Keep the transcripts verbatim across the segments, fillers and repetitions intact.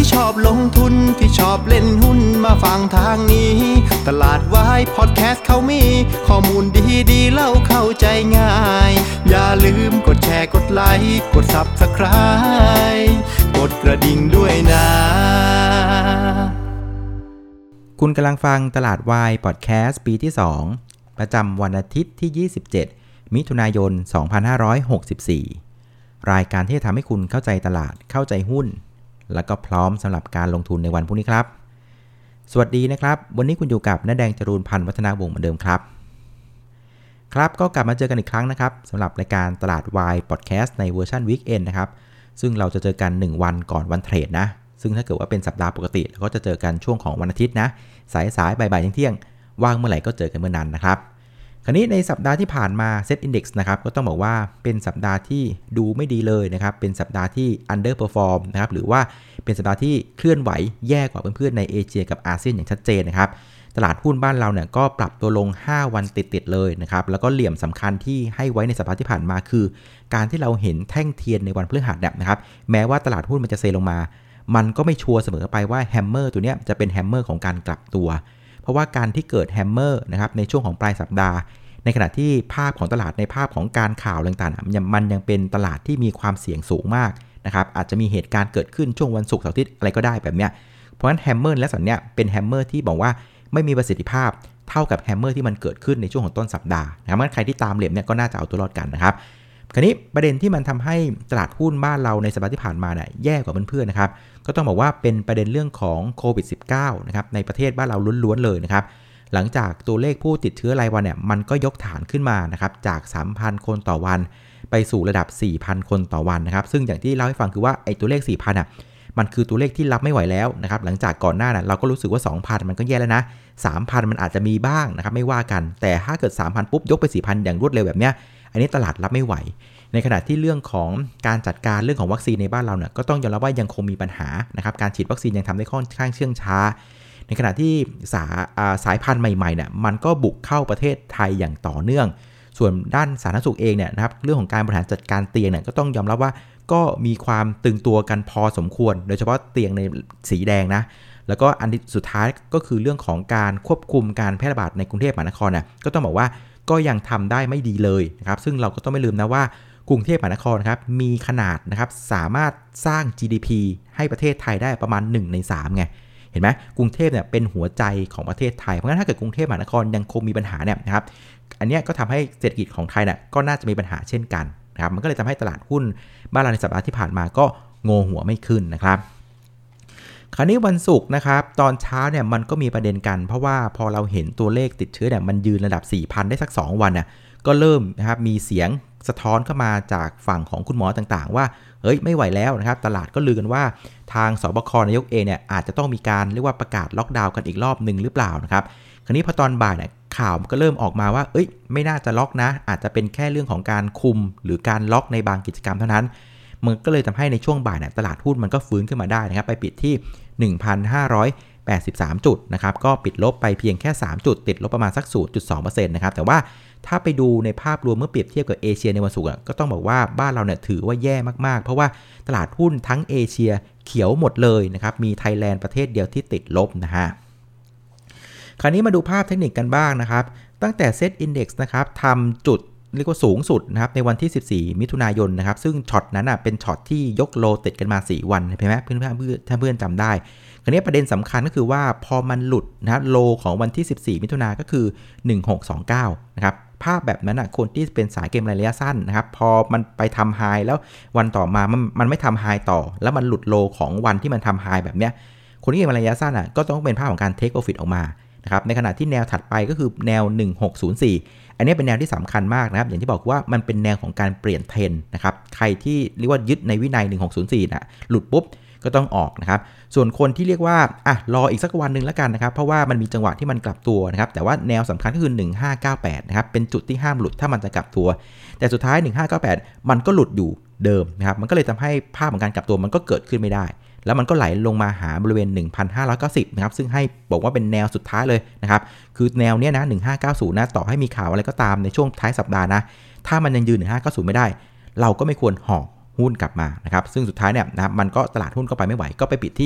ที่ชอบลงทุนที่ชอบเล่นหุ้นมาฟังทางนี้ตลาดวายพอดแคสต์เขามีข้อมูลดีๆเล่าเข้าใจง่ายอย่าลืมกดแชร์กดไลค์กด ซับสไครบ์ กดกระดิ่งด้วยนะคุณกำลังฟังตลาดวายพอดแคสต์ปีที่สองประจำวันอาทิตย์ที่ยี่สิบเจ็ดมิถุนายนสองพันห้าร้อยหกสิบสี่รายการที่จะทำให้คุณเข้าใจตลาดเข้าใจหุ้นและก็พร้อมสำหรับการลงทุนในวันพรุ่งนี้ครับสวัสดีนะครับวันนี้คุณอยู่กับณแดงจรูนพันธ์วัฒนาวงศ์เหมือนเดิมครับครับก็กลับมาเจอกันอีกครั้งนะครับสำหรับรายการตลาดวายพอดแคสต์ในเวอร์ชันวีคเอนด์นะครับซึ่งเราจะเจอกันหนึ่งวันก่อนวันเทรดนะซึ่งถ้าเกิดว่าเป็นสัปดาห์ปกติเราก็จะเจอกันช่วงของวันอาทิตย์นะสายสายบ่ายๆเที่ยงๆว่างเมื่อไหร่ก็เจอกันเมื่อนั้นนะครับคราวนี้ในสัปดาห์ที่ผ่านมา Set Index นะครับก็ต้องบอกว่าเป็นสัปดาห์ที่ดูไม่ดีเลยนะครับเป็นสัปดาห์ที่ underperform นะครับหรือว่าเป็นสัปดาห์ที่เคลื่อนไหวแย่กว่าเพื่อนๆในเอเชียกับอาเซียนอย่างชัดเจนนะครับตลาดหุ้นบ้านเราเนี่ยก็ปรับตัวลงห้าวันติดๆเลยนะครับแล้วก็เหลี่ยมสำคัญที่ให้ไว้ในสัปดาห์ที่ผ่านมาคือการที่เราเห็นแท่งเทียนในวันพฤหัสนะครับแม้ว่าตลาดหุ้นมันจะเซลงมามันก็ไม่ชัวร์เสมอไปว่าแฮมเมอร์ตัวนี้จะเป็นแฮมเมอร์ของการกลับตัวเพราะว่าการที่เกิดแฮมเมอร์นะครับในช่วงของปลายสัปดาห์ในขณะที่ภาพของตลาดในภาพของการข่าวต่างๆมันยังเป็นตลาดที่มีความเสี่ยงสูงมากนะครับอาจจะมีเหตุการณ์เกิดขึ้นช่วงวันศุกร์เสาร์อาทิตย์อะไรก็ได้แบบเนี้ยเพราะฉะนั้นแฮมเมอร์และสัญญาเป็นแฮมเมอร์ที่บอกว่าไม่มีประสิทธิภาพเท่ากับแฮมเมอร์ที่มันเกิดขึ้นในช่วงของต้นสัปดาห์นะครับใครที่ตามเหลี่ยมเนี่ยก็น่าจะเอาตัวรอดกันนะครับคราวนี้ประเด็นที่มันทำให้ตลาดหุ้นบ้านเราในสัปดาห์ที่ผ่านมาเนี่ยแย่กว่าเพื่อนๆนะครับก็ต้องบอกว่าเป็นประเด็นเรื่องของโควิด สิบเก้า นะครับในประเทศบ้านเราล้วนๆเลยนะครับหลังจากตัวเลขผู้ติดเชื้อรายวันเนี่ยมันก็ยกฐานขึ้นมานะครับจาก สามพัน คนต่อวันไปสู่ระดับ สี่พัน คนต่อวันนะครับซึ่งอย่างที่เล่าให้ฟังคือว่าไอ้ตัวเลข สี่พัน อ่ะมันคือตัวเลขที่รับไม่ไหวแล้วนะครับหลังจากก่อนหน้าน่ะเราก็รู้สึกว่า สองพัน มันก็แย่แล้วนะ สามพัน มันอาจจะมีบ้างนะครับไม่ว่ากันแต่ถ้าเกิด สามพัน ปุ๊บยกไป สี่พัน อย่างรวดเร็วแบบเนี้ยอันนี้ตลาดรับไม่ไหวในขณะที่เรื่องของการจัดการเรื่องของวัคซีนในบ้านเราเนี่ยก็ต้องยอมรับว่ายังคงมีปัญหานะครับการฉีดวัคซีนยังทำได้ค่อนข้างเชื่องช้าในขณะที่สาสายพันธุ์ใหม่ๆเนี่ยมันก็บุกเข้าประเทศไทยอย่างต่อเนื่องส่วนด้านสาธารณสุขเองเนี่ยนะครับเรื่องของการบริหารจัดการเตียงเนี่ยก็ต้องยอมรับว่าก็มีความตึงตัวกันพอสมควรโดยเฉพาะเตียงในสีแดงนะแล้วก็อันสุดท้ายก็คือเรื่องของการควบคุมการแพร่ระบาดในกรุงเทพมหานครน่ะก็ต้องบอกว่าก็ยังทำได้ไม่ดีเลยนะครับซึ่งเราก็ต้องไม่ลืมนะว่ากรุงเทพมหานครครับมีขนาดนะครับสามารถสร้าง จี ดี พี ให้ประเทศไทยได้ประมาณหนึ่งในสามไงเห็นไหมกรุงเทพเนี่ยเป็นหัวใจของประเทศไทยเพราะงั้นถ้าเกิดกรุงเทพมหานครยังคงมีปัญหาเนี่ยนะครับอันนี้ก็ทำให้เศรษฐกิจของไทยเนี่ยก็น่าจะมีปัญหาเช่นกันนะครับมันก็เลยทำให้ตลาดหุ้นบ้านเราในสัปดาห์ที่ผ่านมาก็โงหัวไม่ขึ้นนะครับคราวนี้วันศุกร์นะครับตอนเช้าเนี่ยมันก็มีประเด็นกันเพราะว่าพอเราเห็นตัวเลขติดเชื้อเนี่ยมันยืนระดับ สี่พัน ได้สักสองวันน่ะก็เริ่มนะครับมีเสียงสะท้อนเข้ามาจากฝั่งของคุณหมอต่างๆว่าเฮ้ยไม่ไหวแล้วนะครับตลาดก็ลือกันว่าทางสบคนายกเองเนี่ยอาจจะต้องมีการเรียกว่าประกาศล็อกดาวน์กันอีกรอบนึงหรือเปล่านะครับคราวนี้พอตอนบ่ายเนี่ยข่าวมันก็เริ่มออกมาว่าเอ้ยไม่น่าจะล็อกนะอาจจะเป็นแค่เรื่องของการคุมหรือการล็อกในบางกิจกรรมเท่านั้นมันก็เลยทำให้ในช่วงบ่ายเนี่ยตลาดหุ้นมันก็ฟื้นขึ้นมาได้นะครับไปปิดที่ หนึ่งพันห้าร้อยแปดสิบสาม จุดนะครับก็ปิดลบไปเพียงแค่สามจุดติดลบประมาณสัก ศูนย์จุดสองเปอร์เซ็นต์ นะครับแต่ว่าถ้าไปดูในภาพรวมเมื่อเปรียบเทียบกับเอเชียในวันศุกร์ก็ต้องบอกว่าบ้านเราเนี่ยถือว่าแย่มากๆเพราะว่าตลาดหุ้นทั้งเอเชียเขียวหมดเลยนะครับมีไทยแลนด์ประเทศเดียวที่ติดลบนะฮะคราวนี้มาดูภาพเทคนิคกันบ้างนะครับตั้งแต่ Set Index นะครับทำจุดเรียกว่าสูงสุดนะครับในวันที่สิบสี่มิถุนายนนะครับซึ่งช็อตนั้นอ่ะเป็นช็อตที่ยกโลติดกันมาสี่วันเห็นไหมเพื่อนๆถ้าเพื่อนจำได้คราวนี้ประเด็นสำคัญก็คือว่าพอมันหลุดนะครับโลของวันที่สิบสี่มิถุนายนก็คือหนึ่งพันหกร้อยยี่สิบเก้านะครับภาพแบบนั้นอ่ะคนที่เป็นสายเกมระยะสั้นนะครับพอมันไปทำไฮแล้ววันต่อมามันมันไม่ทำไฮต่อแล้วมันหลุดโลของวันที่มันทำไฮแบบเนี้ยคนที่เกมระยะสั้นอ่ะก็ต้องเป็นภาพของการเทคโปรฟิตออกมานะครับในขณะที่แนวถัดไปก็คือแนวหนึ่งพันหกร้อยสี่อันนี้เป็นแนวที่สำคัญมากนะครับอย่างที่บอกว่ามันเป็นแนวของการเปลี่ยนเทรนด์นะครับใครที่เรียกว่ายึดในวินัยหนึ่งพันหกร้อยสี่นะหลุดปุ๊บก็ต้องออกนะครับส่วนคนที่เรียกว่าอ่ะรออีกสักวันนึงแล้วกันนะครับเพราะว่ามันมีจังหวะที่มันกลับตัวนะครับแต่ว่าแนวสำคัญก็คือหนึ่งพันห้าร้อยเก้าสิบแปดนะครับเป็นจุดที่ห้ามหลุดถ้ามันจะกลับตัวแต่สุดท้ายหนึ่งพันห้าร้อยเก้าสิบแปดมันก็หลุดอยู่เดิมนะครับมันก็เลยทำให้ภาพของการกลับตัวมันก็เกิดขึ้นไม่ได้แล้วมันก็ไหลลงมาหาบริเวณ หนึ่งพันห้าร้อยเก้าสิบ นะครับซึ่งให้บอกว่าเป็นแนวสุดท้ายเลยนะครับคือแนวเนี้ยนะหนึ่งพันห้าร้อยเก้าสิบนะต่อให้มีข่าวอะไรก็ตามในช่วงท้ายสัปดาห์นะถ้ามันยังยืนหนึ่งพันห้าร้อยเก้าสิบไม่ได้เราก็ไม่ควรห่อหุ้นกลับมานะครับซึ่งสุดท้ายเนี่ยนะครับมันก็ตลาดหุ้นก็ไปไม่ไหวก็ไปปิดที่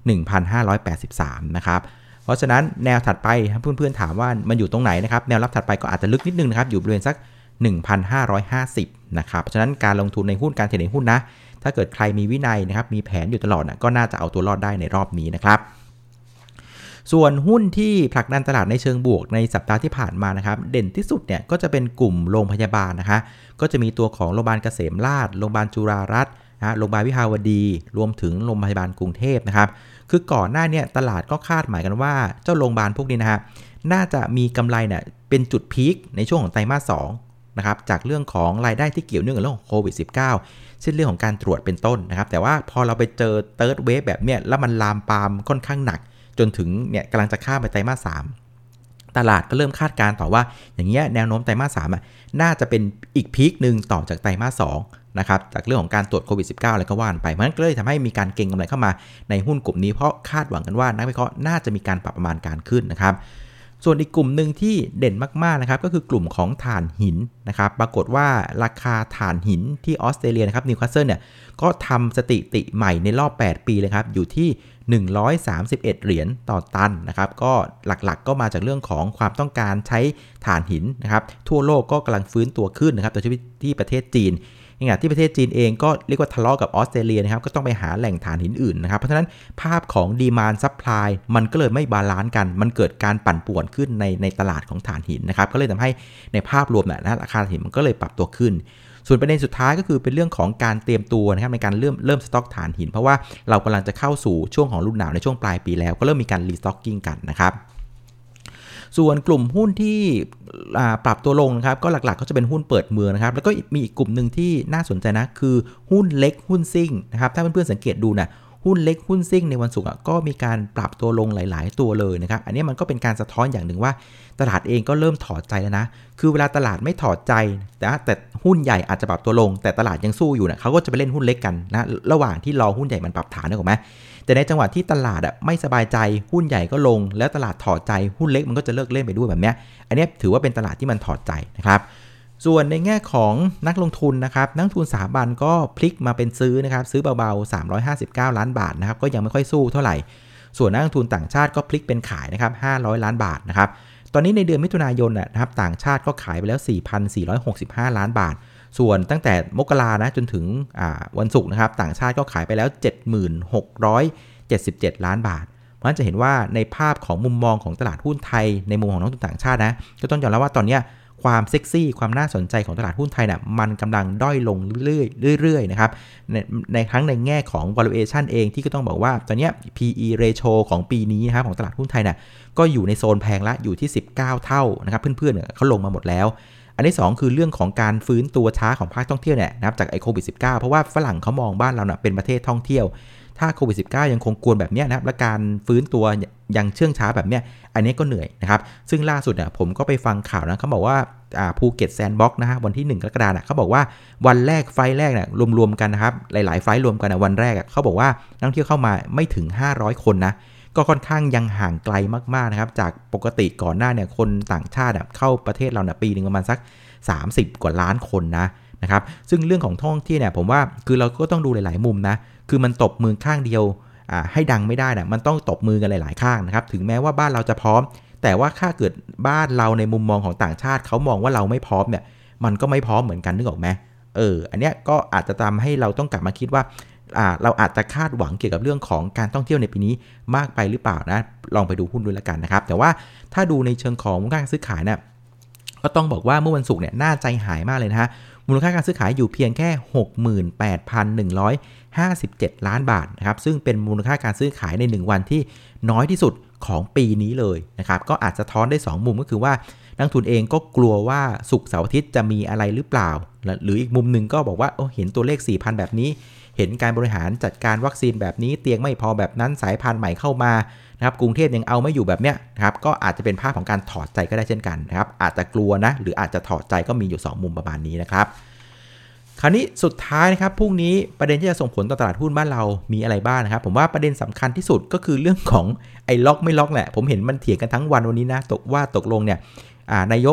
หนึ่งพันห้าร้อยแปดสิบสาม นะครับเพราะฉะนั้นแนวถัดไปเพื่อนๆถามว่ามันอยู่ตรงไหนนะครับแนวรับถัดไปก็อาจจะลึกนิดนึงนะครับอยู่บริเวณสัก หนึ่งพันห้าร้อยห้าสิบ นะครับเพราะฉะนั้นการลงทุนในหุ้นการเทรดในหุ้นนะถ้าเกิดใครมีวินัยนะครับมีแผนอยู่ตลอดนะก็น่าจะเอาตัวรอดได้ในรอบนี้นะครับส่วนหุ้นที่ผลักดันตลาดในเชิงบวกในสัปดาห์ที่ผ่านมานะครับเด่นที่สุดเนี่ยก็จะเป็นกลุ่มโรงพยาบาลนะคะก็จะมีตัวของโรงพยาบาลเกษมราษฎร์โรงพยาบาลจุฬารัตน์นะโรงพยาบาลวิภาวดีรวมถึงโรงพยาบาลกรุงเทพนะครับคือก่อนหน้านี้ตลาดก็คาดหมายกันว่าเจ้าโรงพยาบาลพวกนี้นะฮะน่าจะมีกำไรเนี่ยเป็นจุดพีคในช่วงของไตรมาสสองนะครับจากเรื่องของรายได้ที่เกี่ยวเนื่องกับเรื่องของโควิด สิบเก้า เช่นเรื่องของการตรวจเป็นต้นนะครับแต่ว่าพอเราไปเจอเติร์ดเวฟแบบเนี้ยแล้วมันลามปามค่อนข้างหนักจนถึงเนี่ยกำลังจะข้ามไปไตรมาสสามตลาดก็เริ่มคาดการณ์ต่อว่าอย่างเงี้ยแนวโน้มไตรมาสสามอ่ะน่าจะเป็นอีกพีคนึงต่อจากไตรมาสสองนะครับจากเรื่องของการตรวจโควิด สิบเก้า อะไรก็ว่านไปเพราะฉะนั้นก็เลยทำให้มีการเก็งกำไรเข้ามาในหุ้นกลุ่มนี้เพราะคาดหวังกันว่านักวิเคราะห์น่าจะมีการปรับประมาณการขึ้นนะครับส่วนอีกกลุ่มหนึ่งที่เด่นมากๆนะครับก็คือกลุ่มของถ่านหินนะครับปรากฏว่าราคาถ่านหินที่ออสเตรเลียนะครับนิวคาสเซิลเนี่ยก็ทำสถิติใหม่ในรอบแปดปีเลยครับอยู่ที่หนึ่งร้อยสามสิบเอ็ดเหรียญต่อตันนะครับก็หลักๆก็มาจากเรื่องของความต้องการใช้ถ่านหินนะครับทั่วโลกก็กำลังฟื้นตัวขึ้นนะครับโดยเฉพาะที่ประเทศจีนอย่างที่ประเทศจีนเองก็เรียกว่าทะเลาะกับออสเตรเลียนะครับก็ต้องไปหาแหล่งถ่านหินอื่นนะครับเพราะฉะนั้นภาพของดีมานด์ซัพพลายมันก็เลยไม่บาลานซ์กันมันเกิดการปั่นป่วนขึ้นในในตลาดของถ่านหินนะครับก็เลยทำให้ในภาพรวมนะราคาถ่านหินมันก็เลยปรับตัวขึ้นส่วนประเด็นสุดท้ายก็คือเป็นเรื่องของการเตรียมตัวนะครับในการเริ่มเริ่มสต็อกถ่านหินเพราะว่าเรากำลังจะเข้าสู่ช่วงของฤดูหนาวในช่วงปลายปีแล้วก็เริ่มมีการรีสต็อกกิ้งกันนะครับส่วนกลุ่มหุ้นที่ปรับตัวลงนะครับก็หลักๆก็จะเป็นหุ้นเปิดเมืองนะครับแล้วก็มีอีกกลุ่มหนึ่งที่น่าสนใจนะคือหุ้นเล็กหุ้นซิ่งนะครับถ้าเพื่อนๆสังเกตดูนะหุ้นเล็กหุ้นซิ่งในวันศุกร์ก็มีการปรับตัวลงหลายๆตัวเลยนะครับอันนี้มันก็เป็นการสะท้อนอย่างหนึ่งว่าตลาดเองก็เริ่มถอดใจแล้วนะคือเวลาตลาดไม่ถอดใจแต่แต่หุ้นใหญ่อาจจะปรับตัวลงแต่ตลาดยังสู้อยู่นะเขาก็จะไปเล่นหุ้นเล็กกันนะระหว่างที่รอหุ้นใหญ่มันปรับฐานถูกไหมแต่ในจังหวะที่ตลาดอ่ะไม่สบายใจหุ้นใหญ่ก็ลงแล้วตลาดถอดใจหุ้นเล็กมันก็จะเลิกเล่นไปด้วยแบบเนี้ยอันนี้ถือว่าเป็นตลาดที่มันถอดใจนะครับส่วนในแง่ของนักลงทุนนะครับนักทุนสถาบันก็พลิกมาเป็นซื้อนะครับซื้อเบาๆสามร้อยห้าสิบเก้าล้านบาทนะครับก็ยังไม่ค่อยสู้เท่าไหร่ส่วนนักลงทุนต่างชาติก็พลิกเป็นขายนะครับห้าร้อยล้านบาทนะครับตอนนี้ในเดือนมิถุนายนนะครับต่างชาติก็ขายไปแล้ว สี่พันสี่ร้อยหกสิบห้าล้านบาทส่วนตั้งแต่มกรานะจนถึงวันศุกร์นะครับต่างชาติก็ขายไปแล้ว เจ็ดพันหกร้อยเจ็ดสิบเจ็ดล้านบาทเพราะฉะนั้นจะเห็นว่าในภาพของมุมมองของตลาดหุ้นไทยในมุมของนักลงทุนต่างชาตินะก็ต้องยอมรับว่าตอนนี้ความเซ็กซี่ความน่าสนใจของตลาดหุ้นไทยน่ะมันกำลังด้อยลงเรื่อยๆเรื่อยๆนะครับในในทั้งในแง่ของ valuation เองที่ก็ต้องบอกว่าตอนนี้ พี อี ratio ของปีนี้นะครับของตลาดหุ้นไทยน่ะก็อยู่ในโซนแพงละอยู่ที่สิบเก้าเท่านะครับเพื่อนๆเนี่ยเขาลงมาหมดแล้วอันที่สองคือเรื่องของการฟื้นตัวช้าของภาคท่องเที่ยวเนี่ยนะครับจากไอโควิด สิบเก้า เพราะว่าฝรั่งเขามองบ้านเราเน่ะเป็นประเทศท่องเที่ยวถ้าโควิด สิบเก้า ยังคงกวนแบบนี้นะครับและการฟื้นตัวยังเชื่องช้าแบบนี้อันนี้ก็เหนื่อยนะครับซึ่งล่าสุดเนี่ยผมก็ไปฟังข่าวนะเขาบอกว่าภูเก็ตแซนด์บ็อกซ์นะฮะวันที่หนึ่งกรกฎาคมเขาบอกว่าวันแรกไฟล์แรกเนี่ยรวมๆกันนะครับหลายๆไฟล์รวมกันนะวันแรกเขาบอกว่านักท่องเที่ยวเข้ามาไม่ถึงห้าร้อยคนนะก็ค่อนข้างยังห่างไกลมากๆนะครับจากปกติก่อนหน้าเนี่ยคนต่างชาติเข้าประเทศเราเนี่ยปีนึงประมาณสักสามสิบกว่าล้านคนนะนะครับซึ่งเรื่องของท่องเที่ยวเนี่ยผมว่าคือเราก็ต้องดูหลายๆมุมนะคือมันตบมือข้างเดียวให้ดังไม่ได้นะมันต้องตบมือกันหลายๆข้างนะครับถึงแม้ว่าบ้านเราจะพร้อมแต่ว่าถ้าเกิดบ้านเราในมุมมองของต่างชาติเขามองว่าเราไม่พร้อมเนี่ยมันก็ไม่พร้อมเหมือนกันนึกออกไหมเอออันเนี้ยก็อาจจะทำให้เราต้องกลับมาคิดว่าอ่าเราอาจจะคาดหวังเกี่ยวกับเรื่องของการท่องเที่ยวในปีนี้มากไปหรือเปล่านะลองไปดูหุ้นด้วยละกันนะครับแต่ว่าถ้าดูในเชิงของมูลค่าการซื้อขายเนี่ยก็ต้องบอกว่าเมื่อวันศุกร์เนี่ยน่าใจหายมากเลยนะฮะมูลค่าการซื้อขายอยู่เพียงแค่ หกหมื่นแปดพันหนึ่งร้อยห้าสิบเจ็ด ล้านบาทนะครับซึ่งเป็นมูลค่าการซื้อขายในหนึ่งวันที่น้อยที่สุดของปีนี้เลยนะครับก็อาจจะท้อนได้สองมุมก็คือว่านักทุนเองก็กลัวว่าศุกร์เสาร์อาทิตย์จะมีอะไรหรือเปล่าหรืออีกมุมหนึ่งก็บอกว่าโอ้เห็นตัวเลข สี่พัน แบบนี้เห็นการบริหารจัดการวัคซีนแบบนี้เตียงไม่พอแบบนั้นสายพันธุ์ใหม่เข้ามานะครับกรุงเทพยังเอาไม่อยู่แบบเนี้ยนะครับก็อาจจะเป็นภาพของการถอดใจก็ได้เช่นกันนะครับอาจจะกลัวนะหรืออาจจะถอดใจก็มีอยู่สองมุมประมาณนี้นะครับคราวนี้สุดท้ายนะครับพรุ่งนี้ประเด็นที่จะส่งผลต่อตลาดหุ้นบ้านเรามีอะไรบ้าง นะครับผมว่าประเด็นสำคัญที่สุดก็คือเรื่องของไอ้ล็อกไม่ล็อกแหละผมเห็นมันเถียงกันทั้งวันวันนี้นะตกว่าตกลงเนี่ยนายก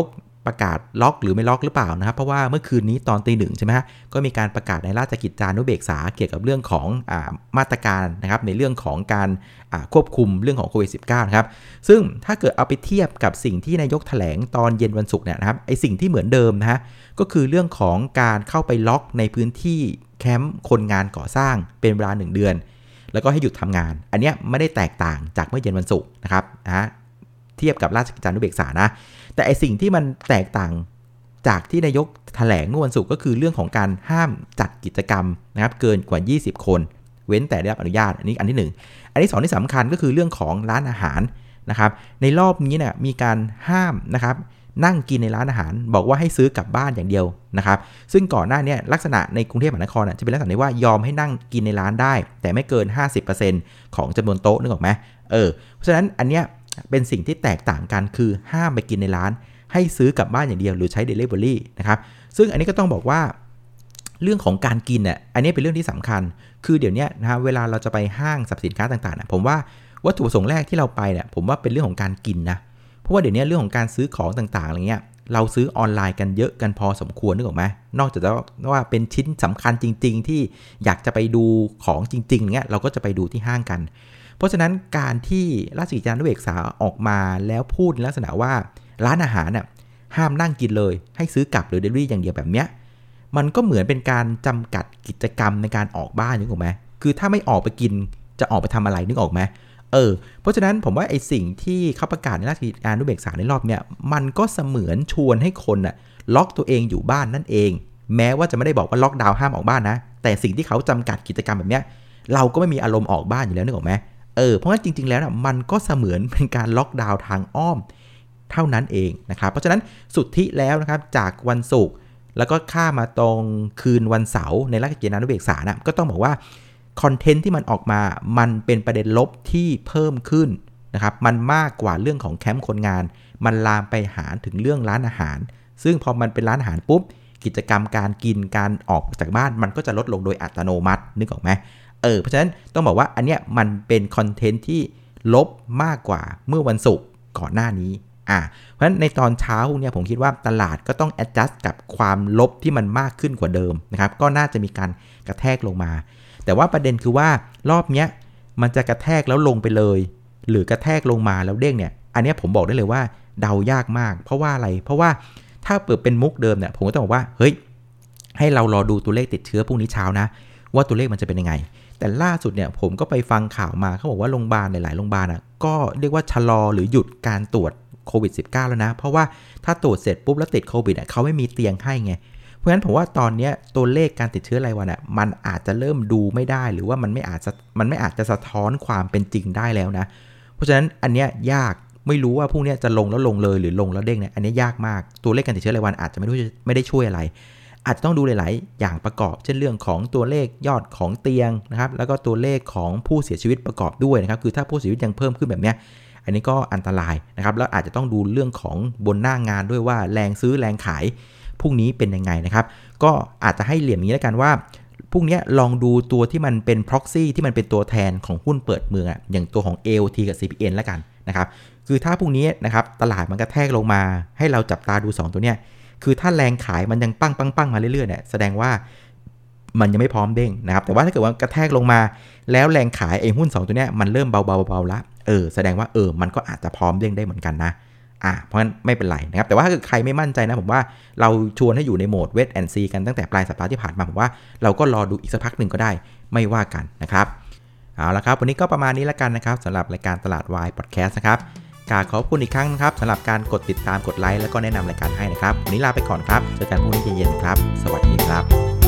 ประกาศล็อกหรือไม่ล็อกหรือเปล่านะครับเพราะว่าเมื่อคืนนี้ตอนตีหนึ่งใช่ไหมฮะก็มีการประกาศในราชกิจจานุเบกษาเกี่ยวกับเรื่องของอ่ามาตรการนะครับในเรื่องของการควบคุมเรื่องของโควิด สิบเก้า นะครับซึ่งถ้าเกิดเอาไปเทียบกับสิ่งที่นายกแถลงตอนเย็นวันศุกร์เนี่ยนะครับไอสิ่งที่เหมือนเดิมนะฮะก็คือเรื่องของการเข้าไปล็อกในพื้นที่แคมป์คนงานก่อสร้างเป็นเวลาหนึ่งเดือนแล้วก็ให้หยุดทำงานอันนี้ไม่ได้แตกต่างจากเมื่อเย็นวันศุกร์นะครับนะฮะเทียบกับราชกิจจานุเบกษานะแต่ไอสิ่งที่มันแตกต่างจากที่นายกแถลงเมื่อวันศุกร์ก็คือเรื่องของการห้ามจัดกิจกรรมนะครับเกินกว่ายี่สิบคนเว้นแต่ได้รับอนุญาตอันนี้อันที่หนึ่งอันที่สองที่สำคัญก็คือเรื่องของร้านอาหารนะครับในรอบนี้เนี่ยมีการห้ามนะครับนั่งกินในร้านอาหารบอกว่าให้ซื้อกลับบ้านอย่างเดียวนะครับซึ่งก่อนหน้านี้ลักษณะในกรุงเทพมหานครจะเป็นลักษณะที่ว่ายอมให้นั่งกินในร้านได้แต่ไม่เกิน ห้าสิบเปอร์เซ็นต์ ของจำนวนโต๊ะนึกออกไหมเออเพราะฉะนั้นอันเนี้ยเป็นสิ่งที่แตกต่างกันคือห้ามไปกินในร้านให้ซื้อกลับบ้านอย่างเดียวหรือใช้ delivery นะครับซึ่งอันนี้ก็ต้องบอกว่าเรื่องของการกินเนี่ยอันนี้เป็นเรื่องที่สำคัญคือเดี๋ยวนี้นะฮะเวลาเราจะไปห้างสรรพสินค้าต่างๆนะผมว่าวัตถุประสงค์แรกที่เราไปเนี่ยผมว่าเป็นเรื่องของการกินนะเพราะว่าเดี๋ยวนี้เรื่องของการซื้อของต่างๆอะไรเงี้ยเราซื้อออนไลน์กันเยอะกันพอสมควรนึกออกไหมนอกจากว่าเป็นชิ้นสำคัญจริงๆที่อยากจะไปดูของจริงๆเงี้ยเราก็จะไปดูที่ห้างกันเพราะฉะนั้นการที่ราชกิจจานุเบกษาออกมาแล้วพูดในลักษณะว่าร้านอาหารน่ะห้ามนั่งกินเลยให้ซื้อกลับหรือ delivery อย่างเดียวแบบเนี้ยมันก็เหมือนเป็นการจำกัดกิจกรรมในการออกบ้านนึกออกไหมคือถ้าไม่ออกไปกินจะออกไปทำอะไรนึกออกไหมเออเพราะฉะนั้นผมว่าไอ้สิ่งที่เขาประกาศในราชกิจจานุเบกษาในรอบเนี้ยมันก็เสมือนชวนให้คนน่ะล็อกตัวเองอยู่บ้านนั่นเองแม้ว่าจะไม่ได้บอกว่าล็อกดาวน์ห้ามออกบ้านนะแต่สิ่งที่เขาจำกัดกิจกรรมแบบเนี้ยเราก็ไม่มีอารมณ์ออกบ้านอยู่แล้วนึกออกไหมเออเพราะงั้นจริงๆแล้วน่ะมันก็เสมือนเป็นการล็อกดาวน์ทางอ้อมเท่านั้นเองนะครับเพราะฉะนั้นสุดที่แล้วนะครับจากวันศุกร์แล้วก็ข้ามาตรงคืนวันเสาร์ในราชกิจจานุเบกษานะก็ต้องบอกว่าคอนเทนต์ที่มันออกมามันเป็นประเด็นลบที่เพิ่มขึ้นนะครับมันมากกว่าเรื่องของแคมป์คนงานมันลามไปหาถึงเรื่องร้านอาหารซึ่งพอมันเป็นร้านอาหารปุ๊บกิจกรรมการกินการออกจากบ้านมันก็จะลดลงโดยอัตโนมัตินึกออกไหมเออเพราะฉะนั้นต้องบอกว่าอันเนี้ยมันเป็นคอนเทนต์ที่ลบมากกว่าเมื่อวันศุกร์ก่อนหน้านี้อ่าเพราะฉะนั้นในตอนเช้าเนี่ยผมคิดว่าตลาดก็ต้อง adjust กับความลบที่มันมากขึ้นกว่าเดิมนะครับก็น่าจะมีการกระแทกลงมาแต่ว่าประเด็นคือว่ารอบเนี้ยมันจะกระแทกแล้วลงไปเลยหรือกระแทกลงมาแล้วเด้งเนี่ยอันนี้ผมบอกได้เลยว่าเดายากมากเพราะว่าอะไรเพราะว่าถ้าเปิดเป็นมุกเดิมเนี่ยผมก็ต้องบอกว่าเฮ้ยให้เรารอดูตัวเลขติดเชื้อพรุ่งนี้เช้านะว่าตัวเลขมันจะเป็นยังไงแต่ล่าสุดเนี่ยผมก็ไปฟังข่าวมาเขาบอกว่าโรงพยาบาลหลายๆโรงพยาบาลอ่ะก็เรียกว่าชะลอหรือหยุดการตรวจโควิด สิบเก้า แล้วนะเพราะว่าถ้าตรวจเสร็จปุ๊บแล้วติดโควิดอ่ะเขาไม่มีเตียงให้ไงเพราะฉะนั้นผมว่าตอนนี้ตัวเลขการติดเชื้อรายวันอ่ะมันอาจจะเริ่มดูไม่ได้หรือว่ามันไม่อาจจะมันไม่อาจจะสะท้อนความเป็นจริงได้แล้วนะเพราะฉะนั้นอันเนี้ยยากไม่รู้ว่าพวกเนี้ยจะลงแล้วลงเลยหรือลงแล้วเด้งเนี่ยอันนี้ยากมากตัวเลขการติดเชื้อรายวันอาจจะไม่ได้ไม่ได้ช่วยอะไรอาจจะต้องดูหลายๆอย่างประกอบเช่นเรื่องของตัวเลขยอดของเตียงนะครับแล้วก็ตัวเลขของผู้เสียชีวิตประกอบด้วยนะครับคือถ้าผู้เสียชีวิตยังเพิ่มขึ้นแบบเนี้ยอันนี้ก็อันตรายนะครับแล้วอาจจะต้องดูเรื่องของบนหน้างานด้วยว่าแรงซื้อแรงขายพรุ่งนี้เป็นยังไงนะครับก็อาจจะให้เหลี่ยมนี้แล้วกันว่าพรุ่งนี้ลองดูตัวที่มันเป็น proxy ที่มันเป็นตัวแทนของหุ้นเปิดเมืองอ่ะอย่างตัวของ เอ แอล ที กับ ซี พี เอ็น แล้วกันนะครับคือถ้าพรุ่งนี้นะครับตลาดมันกระแทกลงมาให้เราจับตาดูสองตัวเนี้ยคือถ้าแรงขายมันยังปั้งปั้งปั้งมาเรื่อยๆเนี่ยแสดงว่ามันยังไม่พร้อมเด้งนะครับแต่ว่าถ้าเกิดว่ากระแทกลงมาแล้วแรงขายไอ้หุ้นสองตัวเนี้ยมันเริ่มเบาๆเบาๆละเออแสดงว่าเออมันก็อาจจะพร้อมเด้งได้เหมือนกันนะอ่ะเพราะฉะนั้นไม่เป็นไรนะครับแต่ว่าถ้าเกิดใครไม่มั่นใจนะผมว่าเราชวนให้อยู่ในโหมด wait and see กันตั้งแต่ปลายสัปดาห์ที่ผ่านมาผมว่าเราก็รอดูอีกสักพักหนึ่งก็ได้ไม่ว่ากันนะครับเอาละครับวันนี้ก็ประมาณนี้แล้วกันนะครับสำหรับรายการตลาดวายพอดแคสต์นะครับกราบขอบคุณอีกครั้งนะครับสำหรับการกดติดตามกดไลค์แล้วก็แนะนำรายการให้นะครับวันนี้ลาไปก่อนครับเจอกันพรุ่งนี้เย็นๆครับสวัสดีครับ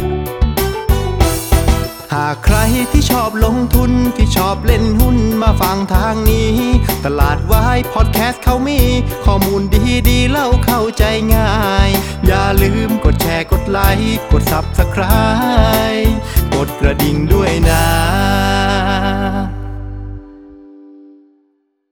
หากใครที่ชอบลงทุนที่ชอบเล่นหุ้นมาฟังทางนี้ตลาดวายพอดแคสต์เขามีข้อมูลดีๆเล่าเข้าใจง่ายอย่าลืมกดแชร์กดไลค์กด ซับสไครบ์ กดกระดิ่งด้วยนะ